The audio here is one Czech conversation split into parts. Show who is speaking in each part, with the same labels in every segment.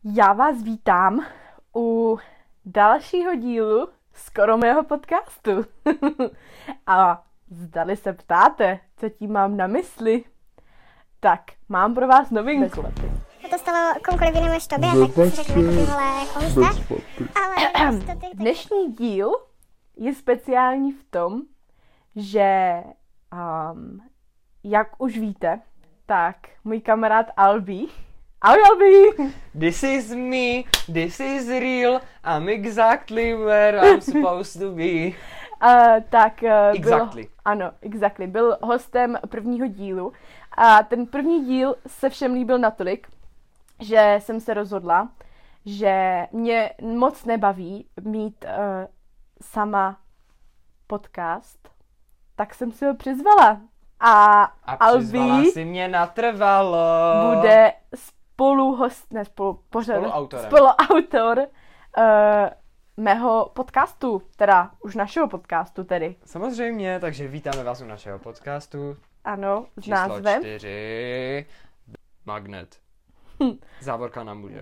Speaker 1: Já vás vítám u dalšího dílu skoro mého podcastu. A zdali se ptáte, co tím mám na mysli, tak mám pro vás novinku.
Speaker 2: To stalo komukoliv jinému než tobě, tak si řekneme tohle jako husté. Ale
Speaker 1: Dnešní díl je speciální v tom, že jak už víte, tak můj kamarád Albi. Ahoj Albi!
Speaker 3: This is me, this is real, I'm exactly where I'm supposed to be. Exactly.
Speaker 1: Byl hostem prvního dílu. A ten první díl se všem líbil natolik, že jsem se rozhodla, že mě moc nebaví mít sama podcast, tak jsem si ho přizvala. A
Speaker 3: přizvala
Speaker 1: Albi
Speaker 3: si mě natrvalo.
Speaker 1: Bude spoluautor mého podcastu, teda už našeho podcastu tedy.
Speaker 3: Samozřejmě, takže vítáme vás u našeho podcastu.
Speaker 1: Ano, s
Speaker 3: číslo
Speaker 1: názvem
Speaker 3: 4. Magnet. Závorka nám bude.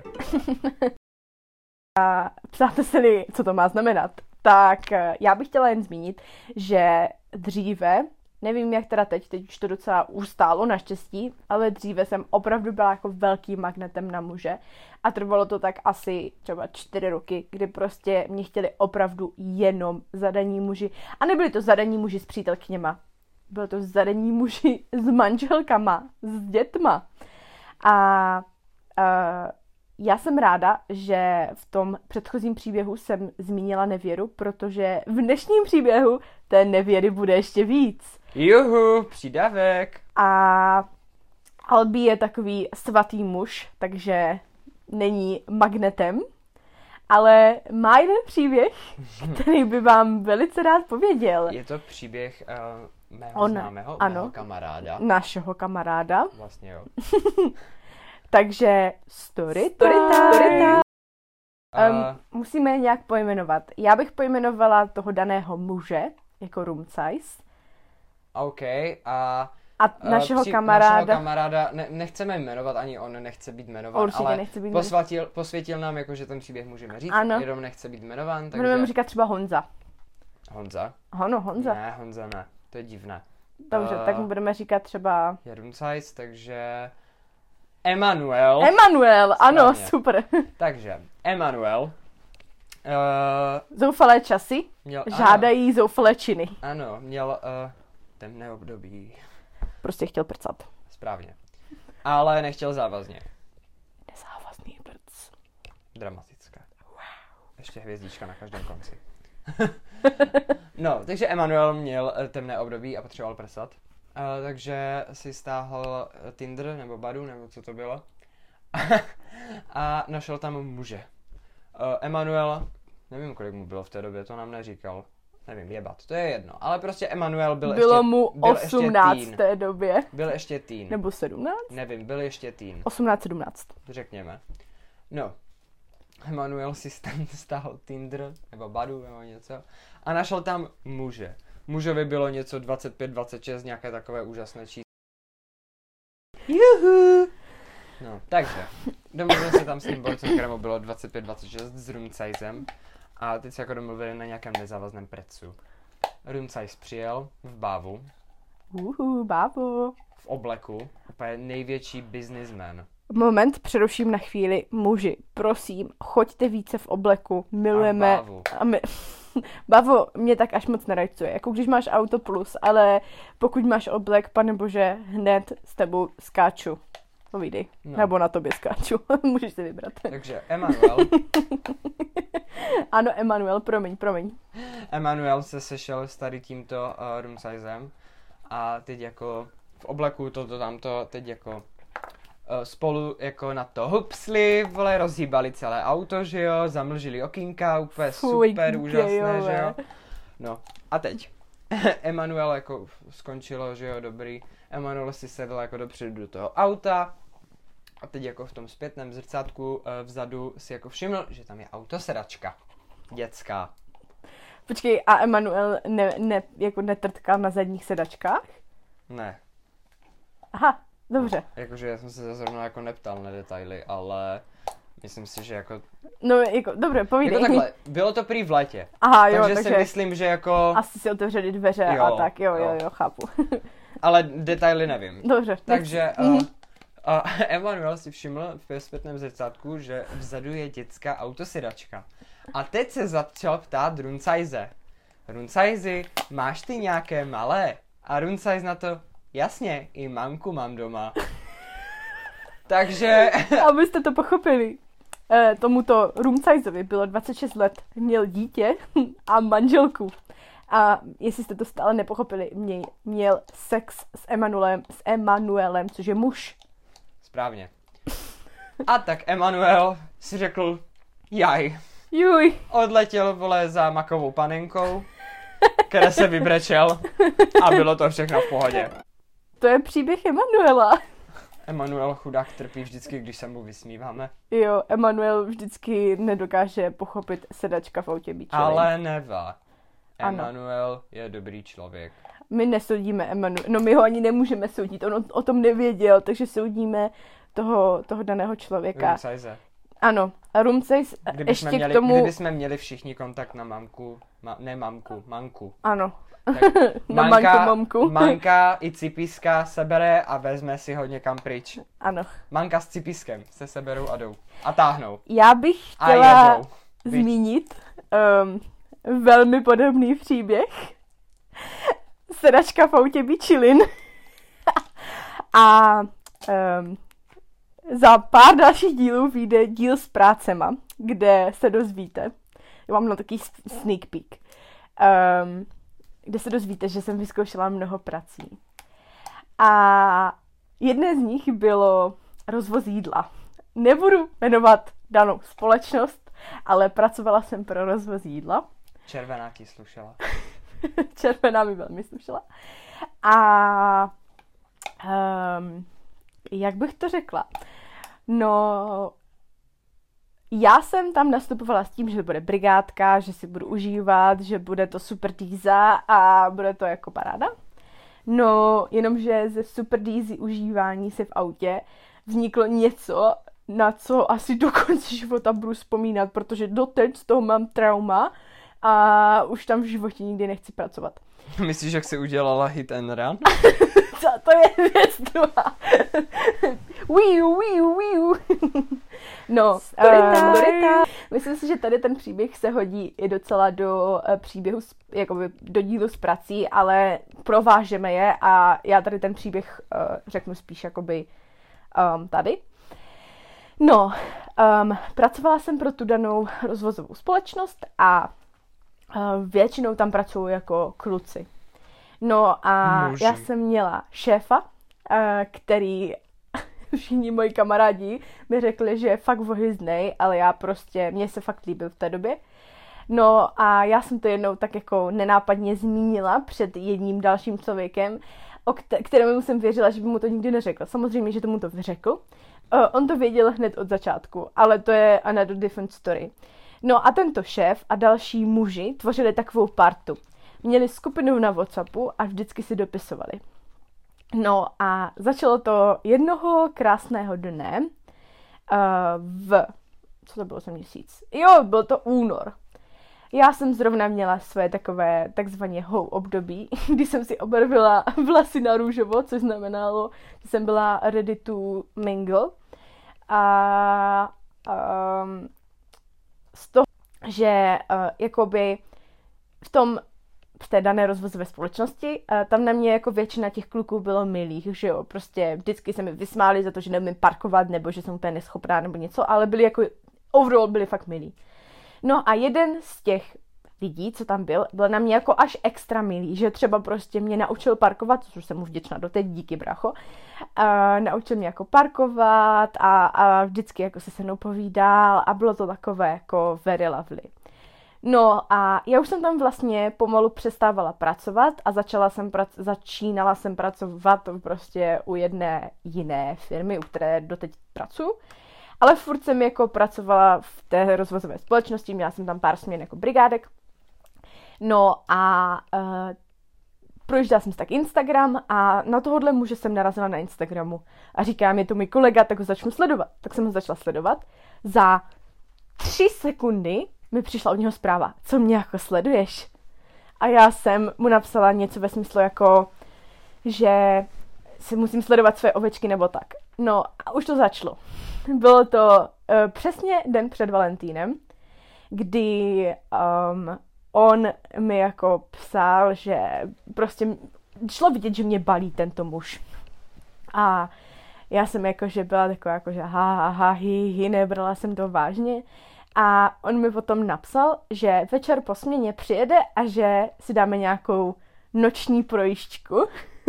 Speaker 1: A ptáte se li, co to má znamenat, tak já bych chtěla jen zmínit, že dříve, nevím jak teda teď už to docela ustálo naštěstí, ale dříve jsem opravdu byla jako velkým magnetem na muže a trvalo to tak asi třeba 4 roky, kdy prostě mě chtěli opravdu jenom zadaní muži a nebyli to zadaní muži s přítelkyněma, bylo to zadaní muži s manželkama, s dětma a já jsem ráda, že v tom předchozím příběhu jsem zmínila nevěru, protože v dnešním příběhu té nevěry bude ještě víc.
Speaker 3: Juhu, přídavek.
Speaker 1: A Albi je takový svatý muž, takže není magnetem, ale má jeden příběh, který by vám velice rád pověděl.
Speaker 3: Je to příběh mého známého, mého kamaráda.
Speaker 1: Našeho kamaráda.
Speaker 3: Vlastně jo.
Speaker 1: Takže story time. Musíme nějak pojmenovat. Já bych pojmenovala toho daného muže jako room size.
Speaker 3: OK, a
Speaker 1: našeho
Speaker 3: kamaráda nechceme jmenovat, ani on nechce být jmenován,
Speaker 1: určitě
Speaker 3: ale
Speaker 1: nechce být
Speaker 3: posvětil nám, jako, že ten příběh můžeme říct, jenom nechce být jmenován. Takže...
Speaker 1: Budeme mu říkat třeba Honza.
Speaker 3: Honza?
Speaker 1: Ano, Honza.
Speaker 3: Ne, Honza ne, to je divné.
Speaker 1: Dobře, tak mu budeme říkat třeba...
Speaker 3: Je room size, takže... Emanuel,
Speaker 1: ano, super.
Speaker 3: Takže, Emanuel.
Speaker 1: Zoufalé časy žádají zoufalé činy.
Speaker 3: Ano, měl temné období.
Speaker 1: Prostě chtěl prcat.
Speaker 3: Správně. Ale nechtěl závazně.
Speaker 1: Nezávazný prc.
Speaker 3: Dramatické. Wow. Ještě hvězdička na každém konci. No, takže Emanuel měl temné období a potřeboval prsat. Takže si stáhl Tinder nebo Badu, nebo co to bylo. A našel tam muže. Emanuel, nevím kolik mu bylo v té době, to nám neříkal. Nevím, jebat, to je jedno. Ale prostě Emanuel
Speaker 1: bylo mu 18 v té době.
Speaker 3: Byl ještě teen.
Speaker 1: Nebo 17?
Speaker 3: Nevím, byl ještě teen.
Speaker 1: 18-17.
Speaker 3: Řekněme. No. Emanuel si stáhl Tinder, nebo Badu, nebo něco. A našel tam muže. Mužovi bylo něco 25-26, nějaké takové úžasné číslo.
Speaker 1: Juhu!
Speaker 3: No, takže, domluvil se tam s tím borcem, kterému bylo 25-26 s room sizem. A teď se jako domluvili na nějakém nezávazném precu. Room size přijel v bávu.
Speaker 1: Bávo.
Speaker 3: V obleku. Úplně největší businessman.
Speaker 1: Moment, přeruším na chvíli. Muži, prosím, choďte více v obleku. Milujeme...
Speaker 3: A v
Speaker 1: Bavo mě tak až moc nerajcuje, jako když máš auto plus, ale pokud máš oblek, panebože, hned s tebou skáču. Povídej. No. Nebo na tobě skáču. Můžeš si vybrat.
Speaker 3: Takže Emanuel.
Speaker 1: Ano, Emanuel, promiň.
Speaker 3: Emanuel se sešel s tady tímto room sizem a teď jako v obleku tamto, teď jako spolu jako na to hupsli, vole, rozhýbali celé auto, že jo, zamlžili okýnka, úplně super, úžasné, že jo. No, a teď. Emanuel jako skončilo, že jo, dobrý. Emanuel si sedl jako dopředu do toho auta a teď jako v tom zpětném zrcátku vzadu si jako všiml, že tam je autosedačka. Dětská.
Speaker 1: Počkej, a Emanuel jako netrtkal na zadních sedačkách?
Speaker 3: Ne.
Speaker 1: Aha, dobře.
Speaker 3: Jakože já jsem se zrovna jako neptal na detaily, ale Myslím si, že jako...
Speaker 1: No, jako, dobře, povídej.
Speaker 3: Jako takhle, bylo to prý v létě.
Speaker 1: Aha, jo,
Speaker 3: takže si myslím, že jako...
Speaker 1: Asi si otevřeli dveře
Speaker 3: Jo,
Speaker 1: a tak, jo, chápu.
Speaker 3: Ale detaily nevím.
Speaker 1: Dobře.
Speaker 3: Takže Emanuel si všiml v zpětném zrcátku, že vzadu je dětská autosedačka. A teď se začal ptát Runcajze. Runcajzi, máš ty nějaké malé? A Runcajz na to, jasně, i mamku mám doma. Takže...
Speaker 1: Abyste to pochopili. Tomuto Rumcajzovi bylo 26 let, měl dítě a manželku. A jestli jste to stále nepochopili, měl sex s Emanuelem, což je muž.
Speaker 3: Správně. A tak Emanuel si řekl, jaj.
Speaker 1: Juj.
Speaker 3: Odletěl, vole, za makovou panenkou, které se vybrečel a bylo to všechno v pohodě.
Speaker 1: To je příběh Emanuela.
Speaker 3: Emanuel chudák trpí vždycky, když se mu vysmíváme.
Speaker 1: Jo, Emanuel vždycky nedokáže pochopit sedačka v autě Michelin.
Speaker 3: Ale neva. Emanuel je dobrý člověk.
Speaker 1: My nesoudíme Emanuel, no my ho ani nemůžeme soudit, on o tom nevěděl, takže soudíme toho daného člověka.
Speaker 3: Rumcajze.
Speaker 1: Ano, a Rumcajz ještě k tomu...
Speaker 3: Kdybychom měli všichni kontakt na mamku, manku.
Speaker 1: Ano.
Speaker 3: Tak
Speaker 1: mamku.
Speaker 3: Manka i Cipiska sebere a vezme si ho někam pryč.
Speaker 1: Ano.
Speaker 3: Manka s Cipiskem se seberou a jdou. A táhnou.
Speaker 1: Já bych chtěla zmínit velmi podobný příběh. Sedačka v autě Michelin. A za pár dalších dílů vyjde díl s prácema, kde se dozvíte, já mám na takový sneak peek, kde se dozvíte, že jsem vyzkoušela mnoho prací. A jedné z nich bylo rozvoz jídla. Nebudu jmenovat danou společnost, ale pracovala jsem pro rozvoz jídla.
Speaker 3: Červená ti slušela.
Speaker 1: Červená mi velmi slušela. A jak bych to řekla? No, já jsem tam nastupovala s tím, že bude brigádka, že si budu užívat, že bude to super dýza a bude to jako paráda. No, jenomže ze super dýzy užívání se v autě vzniklo něco, na co asi do konce života budu vzpomínat, protože doteď z toho mám trauma a už tam v životě nikdy nechci pracovat.
Speaker 3: Myslíš, že jsi udělala hit and run?
Speaker 1: To je věc druhá. Wiu. No, myslím si, že tady ten příběh se hodí i docela do příběhu, jakoby do dílu s prací, ale provážeme je a já tady ten příběh řeknu spíš jakoby tady. No, pracovala jsem pro tu danou rozvozovou společnost a většinou tam pracuju jako kluci. No a já jsem měla šéfa, který všichni moji kamarádi mi řekli, že je fakt vohyznej, ale mně se fakt líbil v té době. No a já jsem to jednou tak jako nenápadně zmínila před jedním dalším člověkem, kterému jsem věřila, že by mu to nikdy neřekl. Samozřejmě, že tomu to vyřekl. On to věděl hned od začátku, ale to je another different story. No a tento šéf a další muži tvořili takovou partu. Měli skupinu na WhatsAppu a vždycky si dopisovali. No a začalo to jednoho krásného dne co to bylo za měsíc? Jo, byl to únor. Já jsem zrovna měla své takové takzvané how období, kdy jsem si obarvila vlasy na růžovo, což znamenalo, že jsem byla ready to mingle. A z toho, že jakoby v té dané rozvozové společnosti, tam na mě jako většina těch kluků bylo milých, že jo, prostě vždycky se mi vysmáli za to, že neumím parkovat, nebo že jsem úplně neschopná, nebo něco, ale byli jako, overall byli fakt milí. No a jeden z těch lidí, co tam byl na mě jako až extra milý, že třeba prostě mě naučil parkovat, což jsem mu vděčná doteď, díky brácho, naučil mě jako parkovat a vždycky jako se mnou povídal a bylo to takové jako very lovely. No a já už jsem tam vlastně pomalu přestávala pracovat a začínala jsem pracovat prostě u jedné jiné firmy, u které doteď pracuji. Ale furt jsem jako pracovala v té rozvozové společnosti, měla jsem tam pár směn jako brigádek. No a projížděla jsem si tak Instagram a na tohohle muže jsem narazila na Instagramu. A říkám, je to můj kolega, tak ho začnu sledovat. Tak jsem ho začala sledovat. Za 3 sekundy mi přišla od něho zpráva, co mě jako sleduješ? A já jsem mu napsala něco ve smyslu jako, že si musím sledovat své ovečky nebo tak. No a už to začalo. Bylo to přesně den před Valentínem, kdy on mi jako psal, že prostě šlo vidět, že mě balí tento muž. A já jsem jakože byla taková jakože hi, nebrala jsem to vážně. A on mi potom napsal, že večer po směně přijede a že si dáme nějakou noční projížďku.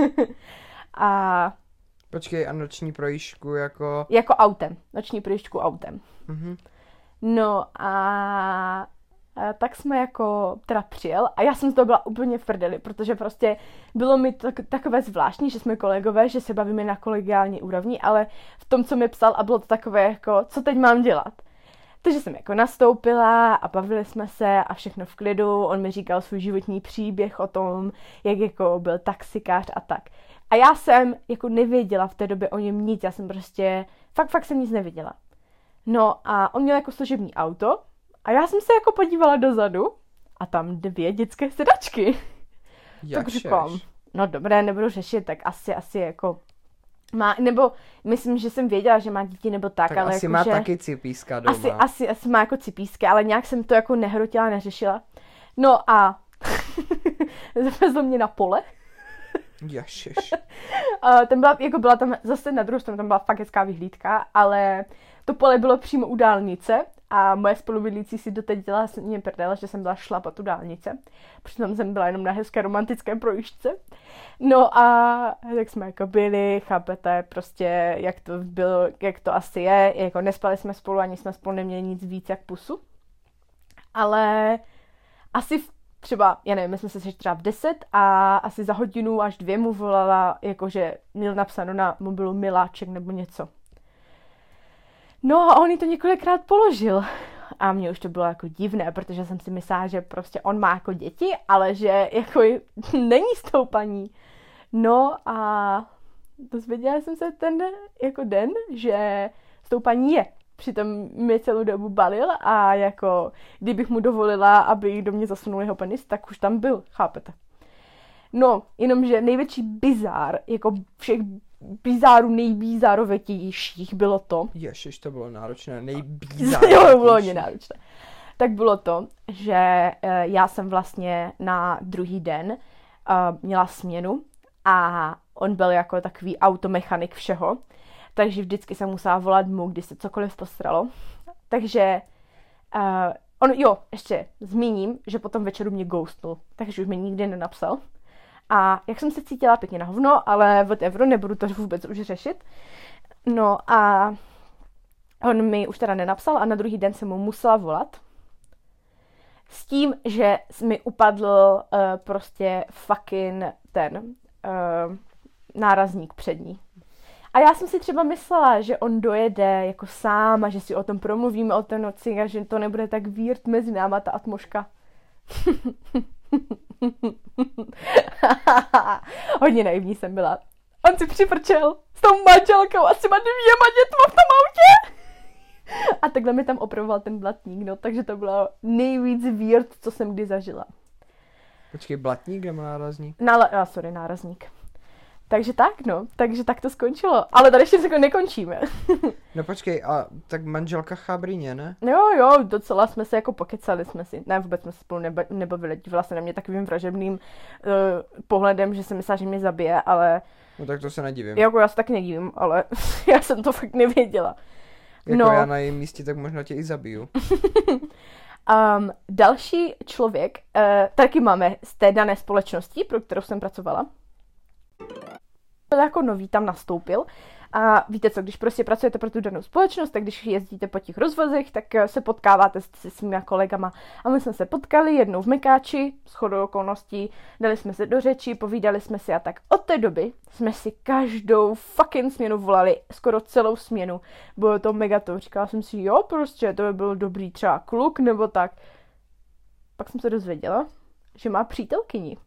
Speaker 1: A...
Speaker 3: Počkej, a noční projížďku jako...
Speaker 1: Jako autem. Noční projížďku autem.
Speaker 3: Mhm.
Speaker 1: No a tak jsme jako teda přijel a já jsem z toho byla úplně v prdeli, protože prostě bylo mi takové zvláštní, že jsme kolegové, že se bavíme na kolegiální úrovni, ale v tom, co mi psal a bylo to takové jako, co teď mám dělat. Takže jsem jako nastoupila a bavili jsme se a všechno v klidu, on mi říkal svůj životní příběh o tom, jak jako byl taxikář a tak. A já jsem jako nevěděla v té době o něm nic, já jsem prostě, fakt jsem nic nevěděla. No a on měl jako služební auto a já jsem se jako podívala dozadu a tam 2 dětské sedačky. Tak říkám, no dobré, nebudu řešit, tak asi jako má, nebo myslím, že jsem věděla, že má děti nebo tak, ale
Speaker 3: asi
Speaker 1: jako,
Speaker 3: má
Speaker 1: že
Speaker 3: taky cipíska doma.
Speaker 1: Asi má jako cipísky, ale nějak jsem to jako nehrotila, neřešila. No a zavezl mě na pole.
Speaker 3: Ježiš.
Speaker 1: Byla tam zase na druhou stranu, tam byla fakt hezká vyhlídka, ale to pole bylo přímo u dálnice a moje spolubydlící si doteď dělala mě prdela, že jsem byla šlapat tu dálnice. Přitom jsem byla jenom na hezké romantické projížďce. No a tak jsme jako byli, chápete, prostě jak to bylo, jak to asi je, jako nespali jsme spolu, ani jsme spolu neměli nic víc jak pusu. Ale asi třeba, já nevím, my jsme se sešli třeba v 10 a asi za hodinu až 2 mu volala, jakože měl napsáno na mobilu miláček nebo něco. No a on jí to několikrát položil. A mně už to bylo jako divné, protože jsem si myslela, že prostě on má jako děti, ale že jako není s tou paní. No a dozvěděla jsem se ten jako den, že s tou paní je. Přitom mě celou dobu balil a jako kdybych mu dovolila, aby do mě zasunul jeho penis, tak už tam byl, chápete. No, jenomže největší bizár, jako všech bizárů nejbízárovětějších bylo to.
Speaker 3: Ježiš, to bylo náročné,
Speaker 1: Jo, to bylo hodně náročné. Tak bylo to, že já jsem vlastně na druhý den měla směnu a on byl jako takový automechanik všeho. Takže vždycky jsem musela volat mu, když se cokoliv posralo. Takže ještě zmíním, že potom večeru mě ghostnul, takže už mi nikdy nenapsal. A jak jsem se cítila pěkně na hovno, ale whatever, nebudu to vůbec už řešit. No a on mi už teda nenapsal a na druhý den jsem mu musela volat. S tím, že mi upadl prostě fucking ten nárazník přední. A já jsem si třeba myslela, že on dojede jako sám a že si o tom promluvíme o té noci a že to nebude tak weird mezi náma ta atmoška. Hodně naivní jsem byla. On si připrčel s tou manželkou a s těma 2 dětma v tom autě. A takhle mi tam opravoval ten blatník, no, takže to bylo nejvíc weird, co jsem kdy zažila.
Speaker 3: Počkej, blatník nebo nárazník?
Speaker 1: Nárazník. Takže tak to skončilo. Ale tady ještě jako nekončíme.
Speaker 3: No počkej, a tak manželka chábrině, ne?
Speaker 1: Jo, docela jsme se jako pokecali jsme si. Ne, vůbec jsme se spolu nebavili. Dívala se na mě takovým vražebným pohledem, že jsem myslela, že mě zabije, ale...
Speaker 3: No tak to se nedivím.
Speaker 1: Jako já se taky nedivím, ale já jsem to fakt nevěděla.
Speaker 3: Jako já na jejím místě, tak možná tě i zabiju.
Speaker 1: Další člověk, taky máme z té dané společnosti, pro kterou jsem pracovala. Byl jako nový, tam nastoupil a víte co, když prostě pracujete pro tu danou společnost, tak když jezdíte po těch rozvozech, tak se potkáváte se svými kolegama. A my jsme se potkali jednou v Mekáči, shodou okolností, dali jsme se do řeči, povídali jsme si a tak. Od té doby jsme si každou fucking směnu volali, skoro celou směnu. Bylo to mega to, říkala jsem si, jo, prostě to by byl dobrý třeba kluk nebo tak. Pak jsem se dozvěděla, že má přítelkyni.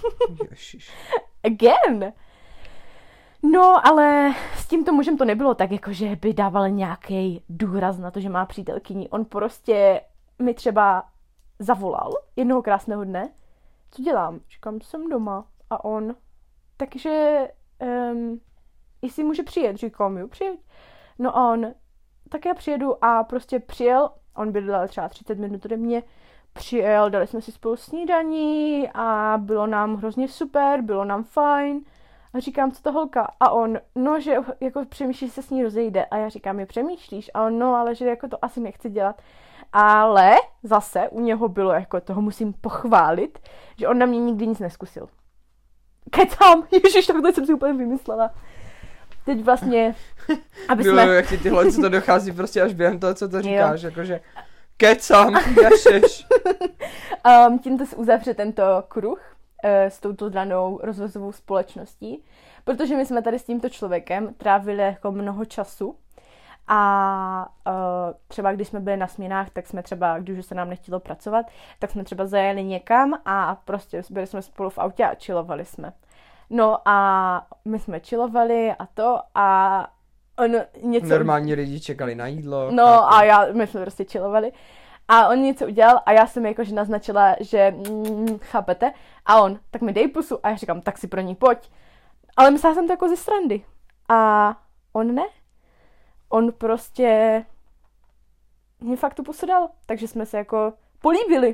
Speaker 3: Ježiš.
Speaker 1: Again! No, ale s tímto mužem to nebylo tak, jako že by dával nějaký důraz na to, že má přítelkyni. On prostě mi třeba zavolal jednoho krásného dne. Co dělám? Říkám, jsem doma. A on, takže jestli může přijet? Říkám, jo, přijeď. No a on, tak já přijedu a prostě přijel. On bydlel třeba 30 minut ode mě. Přijel, dali jsme si spolu snídaní a bylo nám hrozně super, bylo nám fajn. A říkám, co to holka? A on, no, že jako přemýšlí, že se s ní rozejde. A já říkám, je přemýšlíš? A on, no, ale že jako to asi nechce dělat. Ale zase u něho bylo, jako toho musím pochválit, že on na mě nikdy nic neskusil. Kecám, ježiš, takhle jsem si úplně vymyslela. Teď vlastně, aby jsme...
Speaker 3: Miluju, jak ti tyhle, co to dochází prostě až během toho, co to říkáš, jakože kecám, ježiš.
Speaker 1: Tímto se uzavře tento kruh s touto danou rozvozovou společností, protože my jsme tady s tímto člověkem trávili jako mnoho času a třeba když jsme byli na směnách, tak jsme třeba, když už se nám nechtělo pracovat, tak jsme třeba zajeli někam a prostě byli jsme spolu v autě a chillovali jsme. No a my jsme chillovali a to a on něco...
Speaker 3: Normální lidi čekali na jídlo.
Speaker 1: No a my jsme prostě chillovali. A on něco udělal a já jsem jakože naznačila, že chápete. A on, tak mi dej pusu. A já říkám, tak si pro ní pojď. Ale myslela jsem to jako ze srandy. A on ne. On prostě mě fakt tu pusu dal. Takže jsme se jako políbili.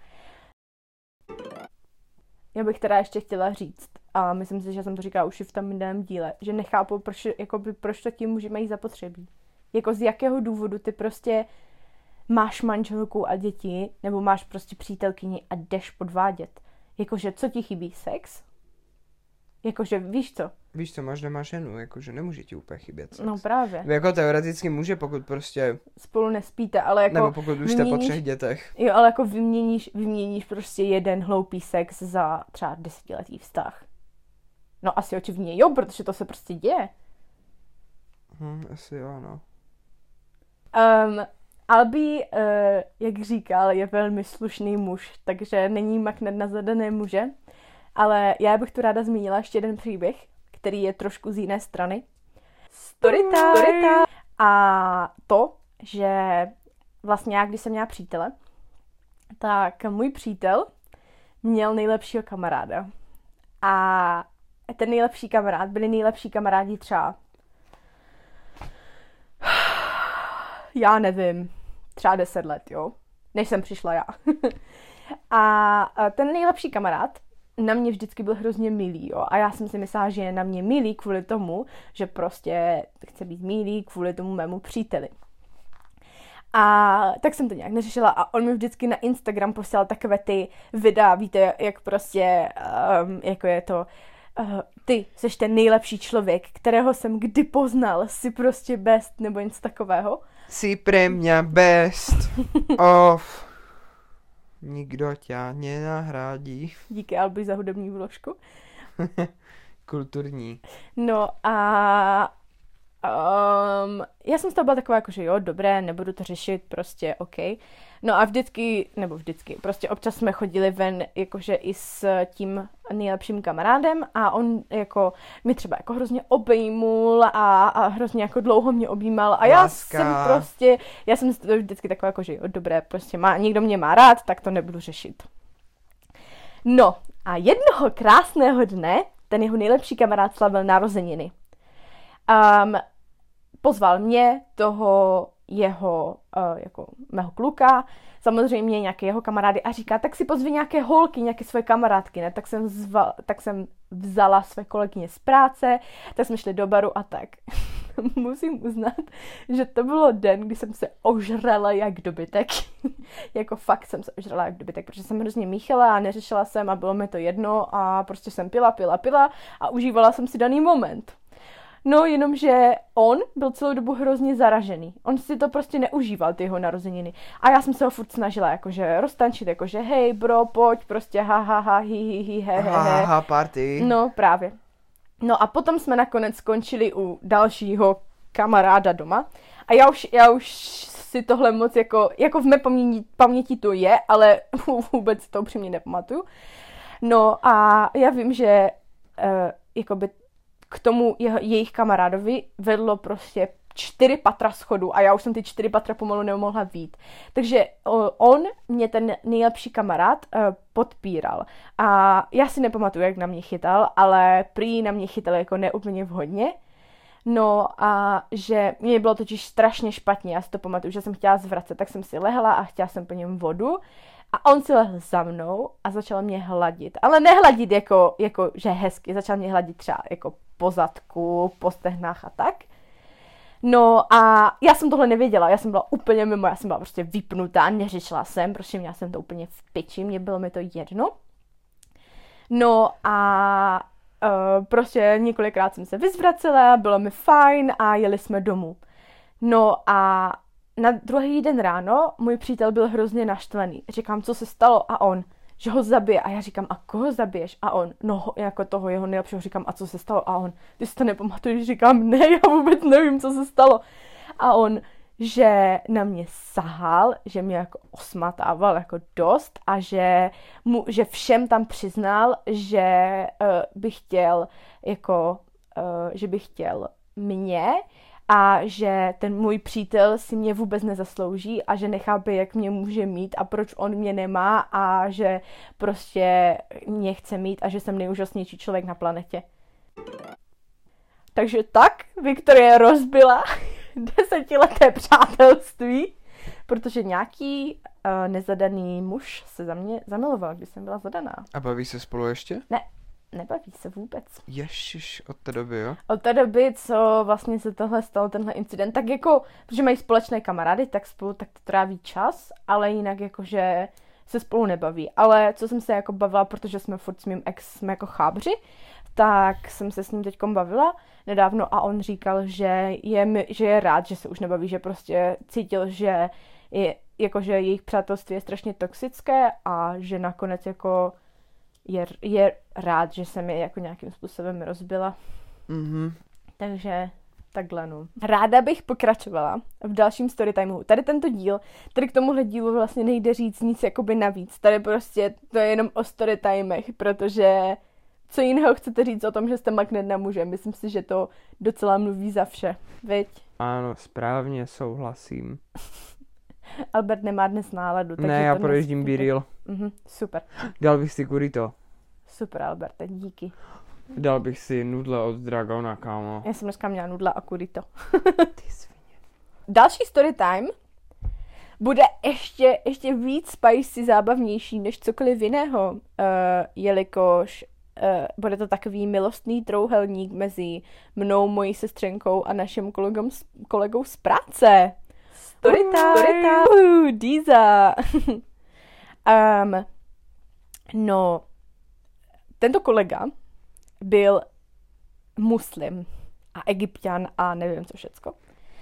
Speaker 1: Já bych teda ještě chtěla říct, a myslím si, že jsem to říkala už i v tom minulém díle, že nechápu, proč to tím muži mají zapotřebí. Jako z jakého důvodu ty prostě máš manželku a děti, nebo máš prostě přítelkyni a jdeš podvádět. Jakože, co ti chybí? Sex? Jakože, víš co?
Speaker 3: Víš co, máš doma ženu, jakože nemůže ti úplně chybět sex.
Speaker 1: No právě.
Speaker 3: Jako teoreticky může, pokud prostě...
Speaker 1: Spolu nespíte, ale jako...
Speaker 3: Nebo pokud už jste po 3 dětech.
Speaker 1: Jo, ale jako vyměníš prostě jeden hloupý sex za třeba 10letý vztah. No asi očividně jo, protože to se prostě děje.
Speaker 3: Asi jo, no.
Speaker 1: Albi, jak říkal, je velmi slušný muž, takže není maknet na zadané muže. Ale já bych tu ráda zmínila ještě jeden příběh, který je trošku z jiné strany. Storytime! A to, že vlastně já, když jsem měla přítele, tak můj přítel měl nejlepšího kamaráda. A ten nejlepší kamarád, byli nejlepší kamarádi třeba, já nevím, třeba 10 let, jo, než jsem přišla já. A ten nejlepší kamarád na mě vždycky byl hrozně milý, jo, a já jsem si myslela, že je na mě milý kvůli tomu, že prostě chce být milý kvůli tomu mému příteli. A tak jsem to nějak neřešila a on mi vždycky na Instagram posílal takové ty videa, víte, jak prostě, jako je to, ty seš ten nejlepší člověk, kterého jsem kdy poznal, jsi prostě best, nebo něco takového.
Speaker 3: Jsi pre mňa best of... Nikdo tě nenahradí.
Speaker 1: Díky Albi za hudební vložku.
Speaker 3: Kulturní.
Speaker 1: No a já jsem z toho byla taková jako, že jo, dobré, nebudu to řešit, prostě OK. No a vždycky, prostě občas jsme chodili ven jakože i s tím nejlepším kamarádem a on jako mi třeba jako hrozně obejmul a hrozně jako dlouho mě objímal a já jsem vždycky taková jako, že jo, dobré, prostě někdo mě má rád, tak to nebudu řešit. No a jednoho krásného dne ten jeho nejlepší kamarád slavil narozeniny. Pozval mě, toho jeho, jako mého kluka, samozřejmě nějaké jeho kamarády a říká, tak si pozvi nějaké holky, nějaké svoje kamarádky, ne? Tak jsem vzala své kolegyně z práce, tak jsme šli do baru a tak. Musím uznat, že to bylo den, kdy jsem se ožrala jak dobytek. Jako fakt jsem se ožrala jak dobytek, protože jsem hrozně míchala a neřešila jsem a bylo mi to jedno a prostě jsem pila a užívala jsem si daný moment. No, jenomže on byl celou dobu hrozně zaražený. On si to prostě neužíval, ty jeho narozeniny. A já jsem se ho furt snažila jakože roztančit, jakože hej bro, pojď, prostě ha, hi, he.
Speaker 3: Ha, party.
Speaker 1: No, právě. No a potom jsme nakonec skončili u dalšího kamaráda doma. A já už si tohle moc jako v mé paměti to je, ale vůbec to upřímně nepamatuju. No a já vím, že jakoby k tomu jejich kamarádovi vedlo prostě 4 patra schodů a já už jsem ty 4 patra pomalu nemohla vyjít. Takže on, mě ten nejlepší kamarád, podpíral. A já si nepamatuju, jak na mě chytal, ale prý na mě chytal jako neúplně vhodně. No a že mě bylo totiž strašně špatně, já si to pamatuju, že jsem chtěla zvracet, tak jsem si lehla a chtěla jsem po něm vodu. A on si lehl za mnou a začal mě hladit. Ale nehladit jako že hezky, začal mě hladit třeba jako po zadku, po stehnách a tak. No a já jsem tohle nevěděla, já jsem byla úplně mimo, já jsem byla prostě vypnutá, neřešila jsem, prostě měla jsem to úplně v piči, bylo mi to jedno. No a prostě několikrát jsem se vyzvracela, bylo mi fajn a jeli jsme domů. No a na druhý den ráno můj přítel byl hrozně naštvaný. Říkám, co se stalo? A on, že ho zabije. A já říkám, a koho zabiješ? A on, no jako toho jeho nejlepšího, říkám, a co se stalo? A on, ty si to nepamatuješ? Říkám, ne, já vůbec nevím, co se stalo. A on, že na mě sahal, že mě jako osmatával jako dost a že všem tam přiznal, že bych chtěl že bych chtěl mě a že ten můj přítel si mě vůbec nezaslouží a že nechápe, jak mě může mít a proč on mě nemá a že prostě mě chce mít a že jsem nejúžasnější člověk na planetě. Takže tak, Viktorie rozbila 10leté přátelství, protože nějaký nezadaný muž se za mě zamiloval, když jsem byla zadaná.
Speaker 3: A baví se spolu ještě?
Speaker 1: Ne, nebaví se vůbec.
Speaker 3: Ježiš, od té doby, jo?
Speaker 1: Od té doby, co vlastně se tohle stalo, tenhle incident, tak jako, protože mají společné kamarády, tak spolu tak to tráví čas, ale jinak jakože se spolu nebaví. Ale co jsem se jako bavila, protože jsme furt s mým ex, jsme jako chábři, tak jsem se s ním teďkom bavila nedávno a on říkal, že je rád, že se už nebaví, že prostě cítil, že jakože jejich přátelství je strašně toxické a že nakonec jako je rád, že jsem je jako nějakým způsobem rozbila.
Speaker 3: Mhm.
Speaker 1: Takže takhle no. Ráda bych pokračovala v dalším storytimeu. Tady tento díl, tady k tomuhle dílu vlastně nejde říct nic jakoby navíc. Tady prostě to je jenom o storytimech, protože co jiného chcete říct o tom, že jste magnet na muže? Myslím si, že to docela mluví za vše. Viď?
Speaker 3: Ano, správně, souhlasím.
Speaker 1: Albert nemá dnes náladu. Takže
Speaker 3: ne, já proježdím Biril.
Speaker 1: Super.
Speaker 3: Dal bych si kurito.
Speaker 1: Super, Alberte, díky.
Speaker 3: Dal bych si nudle od Dragona, kámo.
Speaker 1: Já jsem dneska měla nudla a kurito.
Speaker 3: Ty svině.
Speaker 1: Další storytime bude ještě víc spicy, zábavnější než cokoliv jiného, jelikož bude to takový milostný trouhelník mezi mnou, mojí sestřenkou a naším kolegou z práce. Storytime! Díza! No, tento kolega byl muslim a Egypťan a nevím co všecko.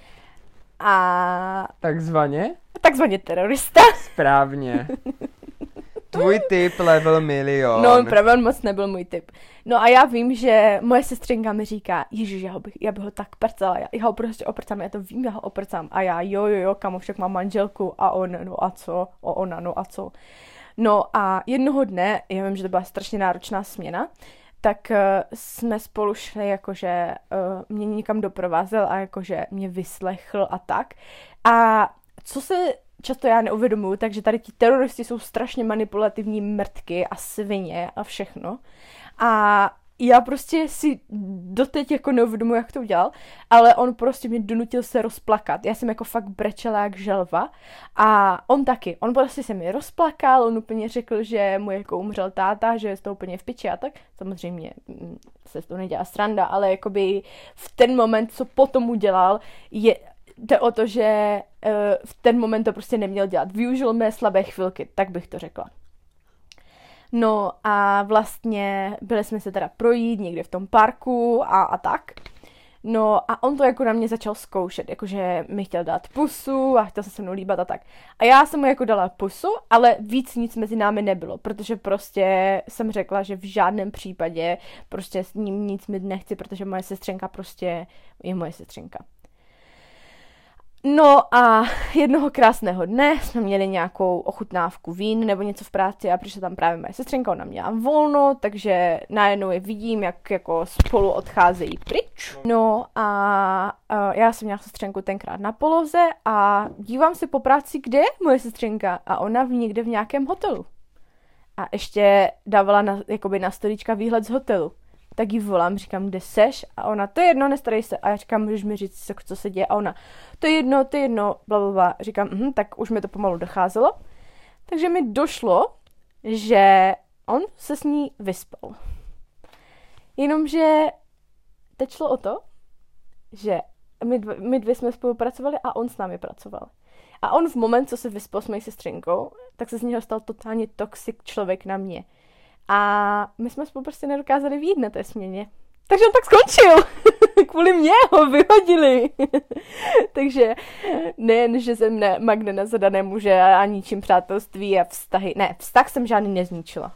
Speaker 1: A takzvaně terorista.
Speaker 3: Správně. Tvůj tip level milion.
Speaker 1: No, pravda moc nebyl můj tip. No a já vím, že moje sestřenka mi říká, ježiš, já bych ho tak prcala, já ho prostě oprcám, já to vím, já ho oprcám. A já, jo, kamo, však mám manželku a on, no a co, no a co. No a jednoho dne, já vím, že to byla strašně náročná směna, tak jsme spolu šli, jakože mě někam doprovázel a jakože mě vyslechl a tak. A co se často já neuvědomuju, takže tady ti teroristi jsou strašně manipulativní mrtky a svině a všechno. A já prostě si doteď jako neuvědomuji, jak to udělal, ale on prostě mě donutil se rozplakat. Já jsem jako fakt brečela jak želva a on taky. On prostě se mi rozplakal, on úplně řekl, že mu jako umřel táta, že je to úplně v piči a tak. Samozřejmě se to nedělá sranda, ale jakoby v ten moment, co potom udělal, jde o to, že v ten moment to prostě neměl dělat. Využil mé slabé chvilky, tak bych to řekla. No a vlastně byli jsme se teda projít někde v tom parku a tak. No a on to jako na mě začal zkoušet, jakože mi chtěl dát pusu a chtěl se mnou líbat a tak. A já jsem mu jako dala pusu, ale víc nic mezi námi nebylo, protože prostě jsem řekla, že v žádném případě prostě s ním nic mít nechci, protože moje sestřenka prostě je moje sestřenka. No a jednoho krásného dne jsme měli nějakou ochutnávku vín nebo něco v práci a přišla tam právě moje sestřenka, ona měla volno, takže najednou je vidím, jak jako spolu odcházejí pryč. No a já jsem měla sestřenku tenkrát na poloze a dívám se po práci, kde je moje sestřenka a ona někde v nějakém hotelu. A ještě dávala na storíčka výhled z hotelu. Tak jí volám, říkám, kde seš? A ona, to je jedno, nestarej se. A já říkám, můžeš mi říct, co se děje? A ona, to je jedno, blablabla. Říkám, tak už mi to pomalu docházelo. Takže mi došlo, že on se s ní vyspal. Jenomže teď šlo o to, že my dvě jsme spolupracovali a on s námi pracoval. A on v moment, co se vyspal s mojí sestřenkou, tak se z něho stal totálně toxic člověk na mě. A my jsme spolu prostě nedokázali vyjít na té směně. Takže on tak skončil. Kvůli mě ho vyhodili. Takže nejen, že jsem Magda nezadané muže a ničím přátelství a vztahy. Ne, vztah jsem žádný nezničila.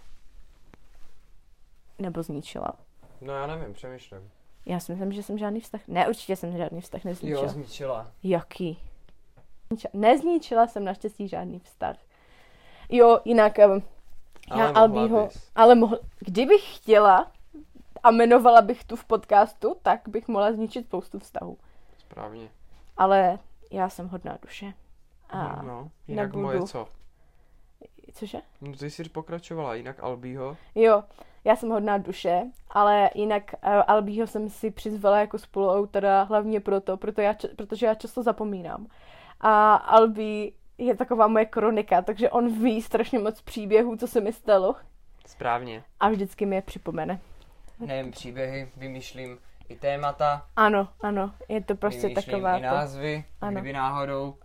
Speaker 1: Nebo zničila.
Speaker 3: No já nevím, přemýšlím.
Speaker 1: Já si myslím, že jsem žádný vztah. Ne, určitě jsem žádný vztah nezničila.
Speaker 3: Jo, zničila.
Speaker 1: Jaký? Nezničila jsem naštěstí žádný vztah. Jo, jinak já Albího, ale kdybych chtěla a jmenovala bych tu v podcastu, tak bych mohla zničit spoustu vztahů.
Speaker 3: Správně.
Speaker 1: Ale já jsem hodná duše. A
Speaker 3: no, jinak
Speaker 1: nebudu.
Speaker 3: moje co?
Speaker 1: Cože?
Speaker 3: No ty jsi pokračovala, jinak Albího.
Speaker 1: Jo, já jsem hodná duše, ale jinak Albího jsem si přizvala jako spoluautora hlavně protože já často zapomínám. A Albí je taková moje kronika, takže on ví strašně moc příběhů, co se mi stalo.
Speaker 3: Správně.
Speaker 1: A vždycky mi je připomene.
Speaker 3: Nevím, příběhy, vymýšlím i témata.
Speaker 1: Ano, je to prostě
Speaker 3: vymýšlím
Speaker 1: taková...
Speaker 3: i názvy,
Speaker 1: ano.
Speaker 3: kdyby náhodou.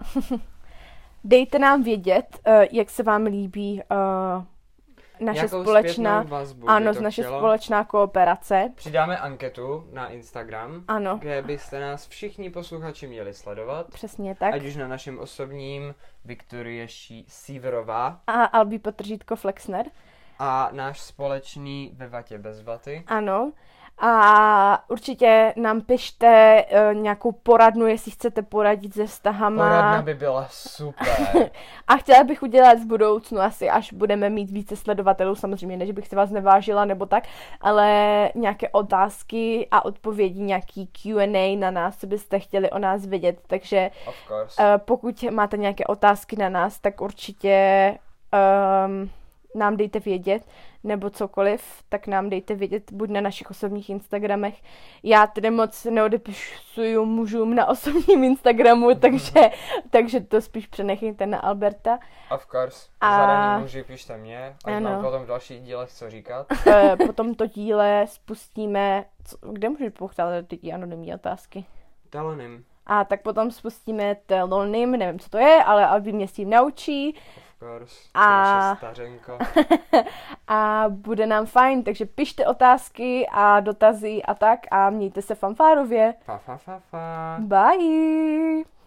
Speaker 1: Dejte nám vědět, jak se vám líbí naše
Speaker 3: Jakou
Speaker 1: společná,
Speaker 3: vazbu
Speaker 1: naše společná kooperace.
Speaker 3: Přidáme anketu na Instagram,
Speaker 1: ano.
Speaker 3: kde byste nás všichni posluchači měli sledovat.
Speaker 1: Přesně tak.
Speaker 3: Ať už na našem osobním Viktorie Sýverová
Speaker 1: A Albí _ Flexner.
Speaker 3: A náš společný Ve vatě bez vaty.
Speaker 1: Ano. A určitě nám pište nějakou poradnu, jestli chcete poradit se vztahama.
Speaker 3: Poradna by byla super.
Speaker 1: A chtěla bych udělat v budoucnu asi, až budeme mít více sledovatelů, samozřejmě, ne, že bych se vás nevážila nebo tak, ale nějaké otázky a odpovědi, nějaký Q&A na nás, co byste chtěli o nás vědět. Takže pokud máte nějaké otázky na nás, tak určitě nám dejte vědět, nebo cokoliv, tak nám dejte vědět buď na našich osobních Instagramech. Já tedy moc neodepisuju mužům na osobním Instagramu, takže to spíš přenechejte na Alberta.
Speaker 3: Of course. Zadaní muži pište mě, ať mám potom v dalších dílech co říkat.
Speaker 1: Po tomto díle spustíme, kde můžu pocházet ty anonymní otázky?
Speaker 3: Telonym.
Speaker 1: A tak potom spustíme telonym, nevím, co to je, ale Albi mě s tím naučí. A bude nám fajn, takže pište otázky a dotazy a tak a mějte se fanfárově.
Speaker 3: Fa.
Speaker 1: Bye!